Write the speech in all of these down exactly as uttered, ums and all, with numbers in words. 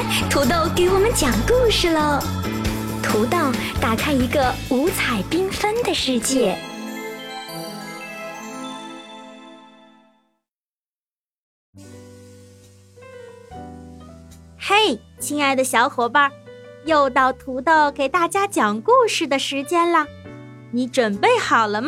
土豆给我们讲故事喽！土豆打开一个五彩缤纷的世界。 嘿，亲爱的小伙伴，又到土豆给大家讲故事的时间了，你准备好了吗？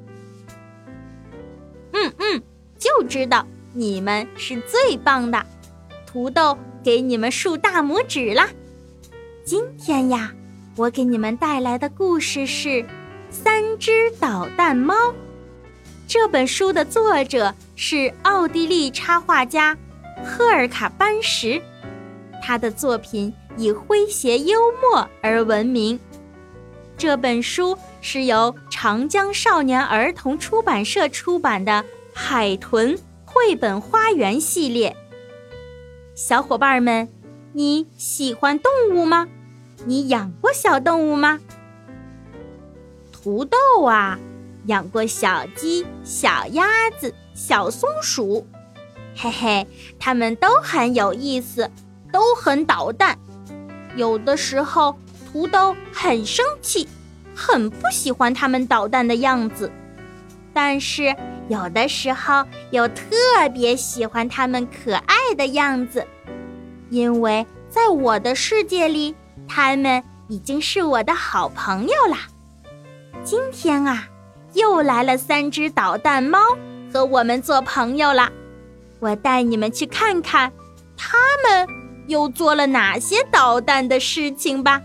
嗯嗯，就知道你们是最棒的，土豆给你们竖大拇指啦！今天呀，我给你们带来的故事是《三只捣蛋猫》。这本书的作者是奥地利插画家赫尔卡班什，他的作品以诙谐幽默而闻名。这本书是由长江少年儿童出版社出版的《海豚绘本花园》系列。小伙伴们，你喜欢动物吗？你养过小动物吗？土豆啊，养过小鸡、小鸭子、小松鼠，嘿嘿，它们都很有意思，都很捣蛋。有的时候，土豆很生气，很不喜欢它们捣蛋的样子。但是有的时候又特别喜欢它们可爱的样子，因为在我的世界里，它们已经是我的好朋友啦。今天啊，又来了三只捣蛋猫和我们做朋友啦。我带你们去看看，它们又做了哪些捣蛋的事情吧。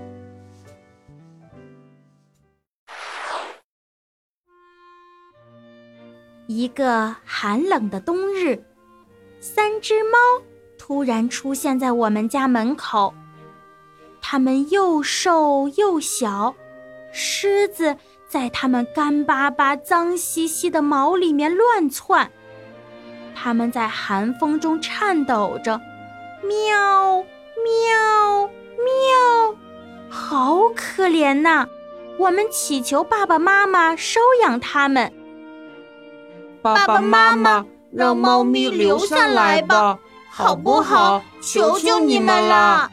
一个寒冷的冬日，三只猫突然出现在我们家门口。它们又瘦又小，虱子在它们干巴巴、脏兮兮的毛里面乱窜。它们在寒风中颤抖着，喵喵喵，好可怜呐！我们祈求爸爸妈妈收养它们。 爸爸妈妈，让猫咪留下来吧，好不好？求求你们了！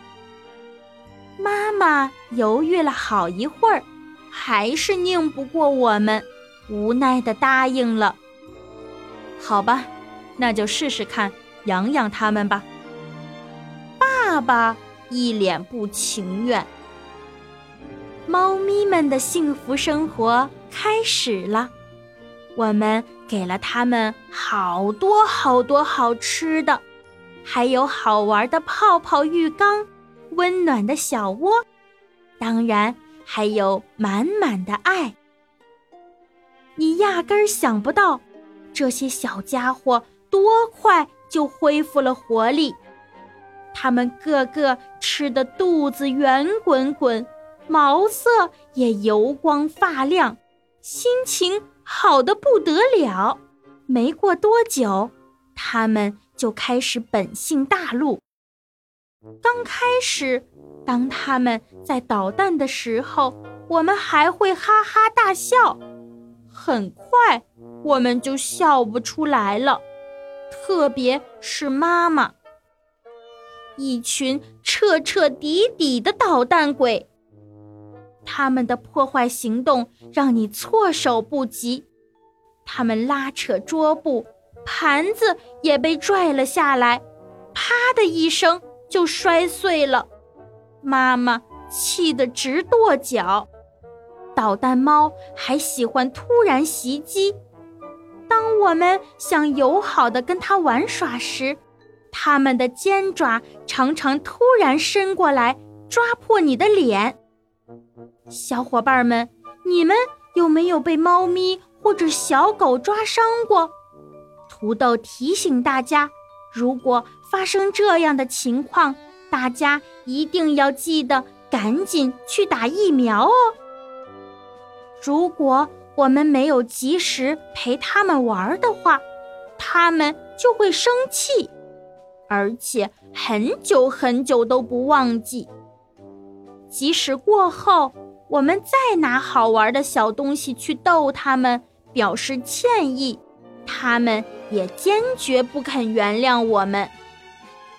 妈妈犹豫了好一会儿，还是拧不过我们，无奈地答应了。 好吧，那就试试看，养养它们吧。 爸爸一脸不情愿。猫咪们的幸福生活开始了。我们给了它们好多好多好吃的，还有好玩的泡泡浴缸，温暖的小窝，当然还有满满的爱。你压根儿想不到，这些小家伙多快就恢复了活力。它们个个吃得肚子圆滚滚，毛色也油光发亮，心情好得不得了。没过多久，它们就开始本性大露。刚开始，当它们在捣蛋的时候，我们还会哈哈大笑。很快，我们就笑不出来了，特别是妈妈。一群彻彻底底的捣蛋鬼，他们的破坏行动让你措手不及。他们拉扯桌布，盘子也被拽了下来，啪的一声就摔碎了。妈妈气得直跺脚。捣蛋猫还喜欢突然袭击。当我们想友好地跟它玩耍时，它们的尖爪常常突然伸过来，抓破你的脸。小伙伴们，你们有没有被猫咪或者小狗抓伤过？土豆提醒大家，如果发生这样的情况，大家一定要记得赶紧去打疫苗哦。如果我们没有及时陪他们玩的话，他们就会生气，而且很久很久都不忘记。即使过后，我们再拿好玩的小东西去逗他们，表示歉意，他们也坚决不肯原谅我们。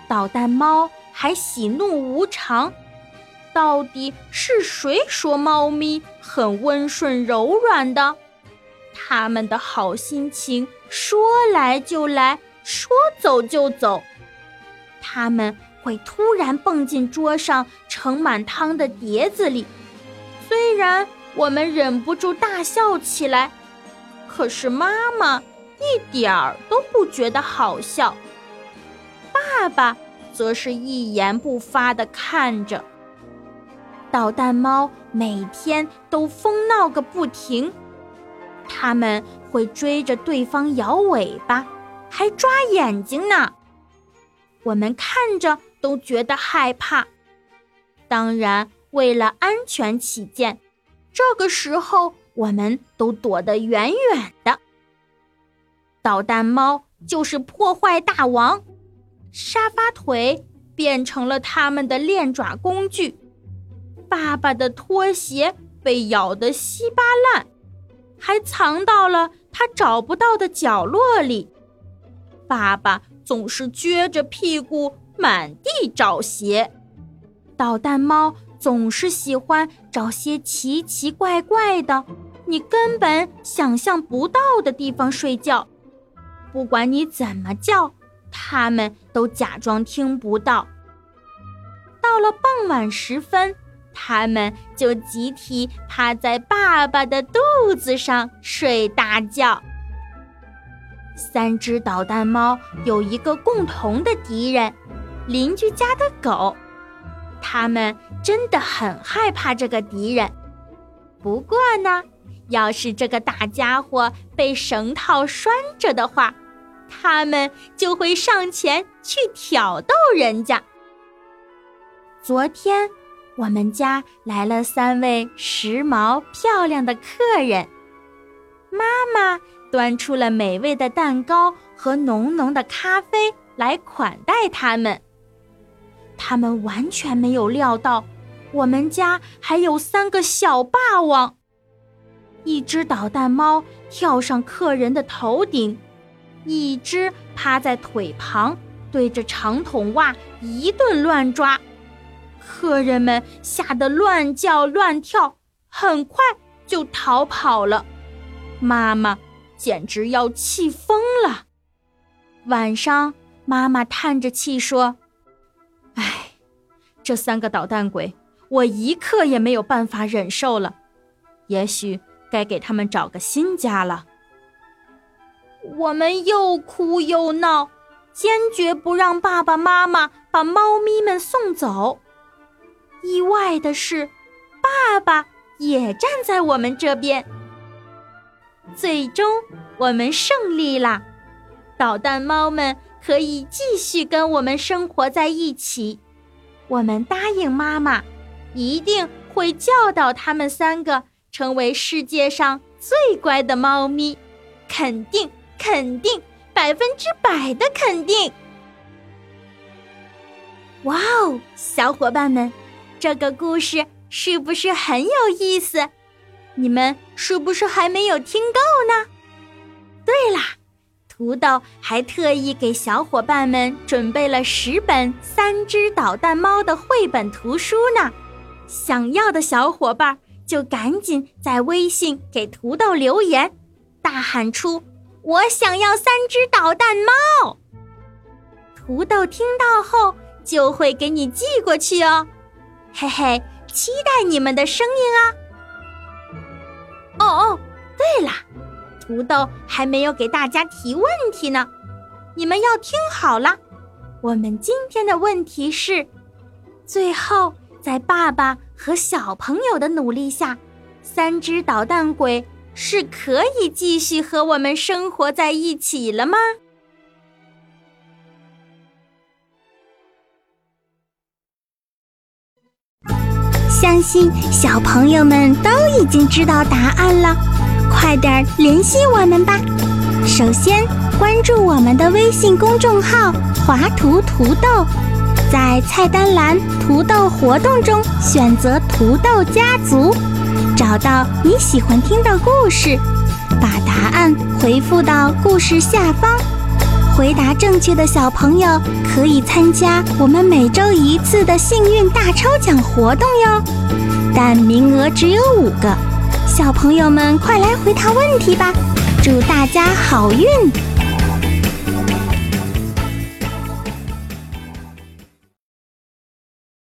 捣蛋猫还喜怒无常。到底是谁说猫咪很温顺柔软的？他们的好心情说来就来，说走就走。他们会突然蹦进桌上盛满汤的碟子里，虽然我们忍不住大笑起来，可是妈妈一点儿都不觉得好笑。爸爸则是一言不发地看着。捣蛋猫每天都疯闹个不停，他们会追着对方摇尾巴，还抓眼睛呢。我们看着都觉得害怕。当然，为了安全起见，这个时候我们都躲得远远的。捣蛋猫就是破坏大王，沙发腿变成了他们的练爪工具。爸爸的拖鞋被咬得稀巴烂，还藏到了他找不到的角落里。爸爸总是撅着屁股满地找鞋，捣蛋猫总是喜欢找些奇奇怪怪的，你根本想象不到的地方睡觉。不管你怎么叫，它们都假装听不到。到了傍晚时分，它们就集体趴在爸爸的肚子上睡大觉。三只捣蛋猫有一个共同的敌人，邻居家的狗。它们真的很害怕这个敌人。不过呢，要是这个大家伙被绳套拴着的话，它们就会上前去挑逗人家。昨天我们家来了三位时髦漂亮的客人，妈妈端出了美味的蛋糕和浓浓的咖啡来款待他们。他们完全没有料到，我们家还有三个小霸王。一只捣蛋猫跳上客人的头顶，一只趴在腿旁，对着长筒袜一顿乱抓。客人们吓得乱叫乱跳，很快就逃跑了。妈妈简直要气疯了。晚上，妈妈叹着气说：唉，这三个捣蛋鬼，我一刻也没有办法忍受了，也许该给他们找个新家了。我们又哭又闹，坚决不让爸爸妈妈把猫咪们送走。意外的是，爸爸也站在我们这边。最终，我们胜利啦！捣蛋猫们可以继续跟我们生活在一起。我们答应妈妈，一定会教导他们三个成为世界上最乖的猫咪，肯定，肯定，百分之百的肯定！哇哦，小伙伴们，这个故事是不是很有意思？你们是不是还没有听够呢？对啦，土豆还特意给小伙伴们准备了十本三只捣蛋猫的绘本图书呢。想要的小伙伴就赶紧在微信给土豆留言，大喊出我想要三只捣蛋猫。土豆听到后就会给你寄过去哦。嘿嘿，期待你们的声音啊！哦哦，对了，土豆还没有给大家提问题呢，你们要听好了。我们今天的问题是：最后，在爸爸和小朋友的努力下，三只捣蛋鬼是可以继续和我们生活在一起了吗？ 相信小朋友们都已经知道答案了，快点联系我们吧。首先关注我们的微信公众号华图土豆，在菜单栏土豆活动中选择土豆家族，找到你喜欢听的故事，把答案回复到故事下方， 回答正确的小朋友可以参加我们每周一次的幸运大抽奖活动哟，但名额只有五个，小朋友们快来回答问题吧！祝大家好运！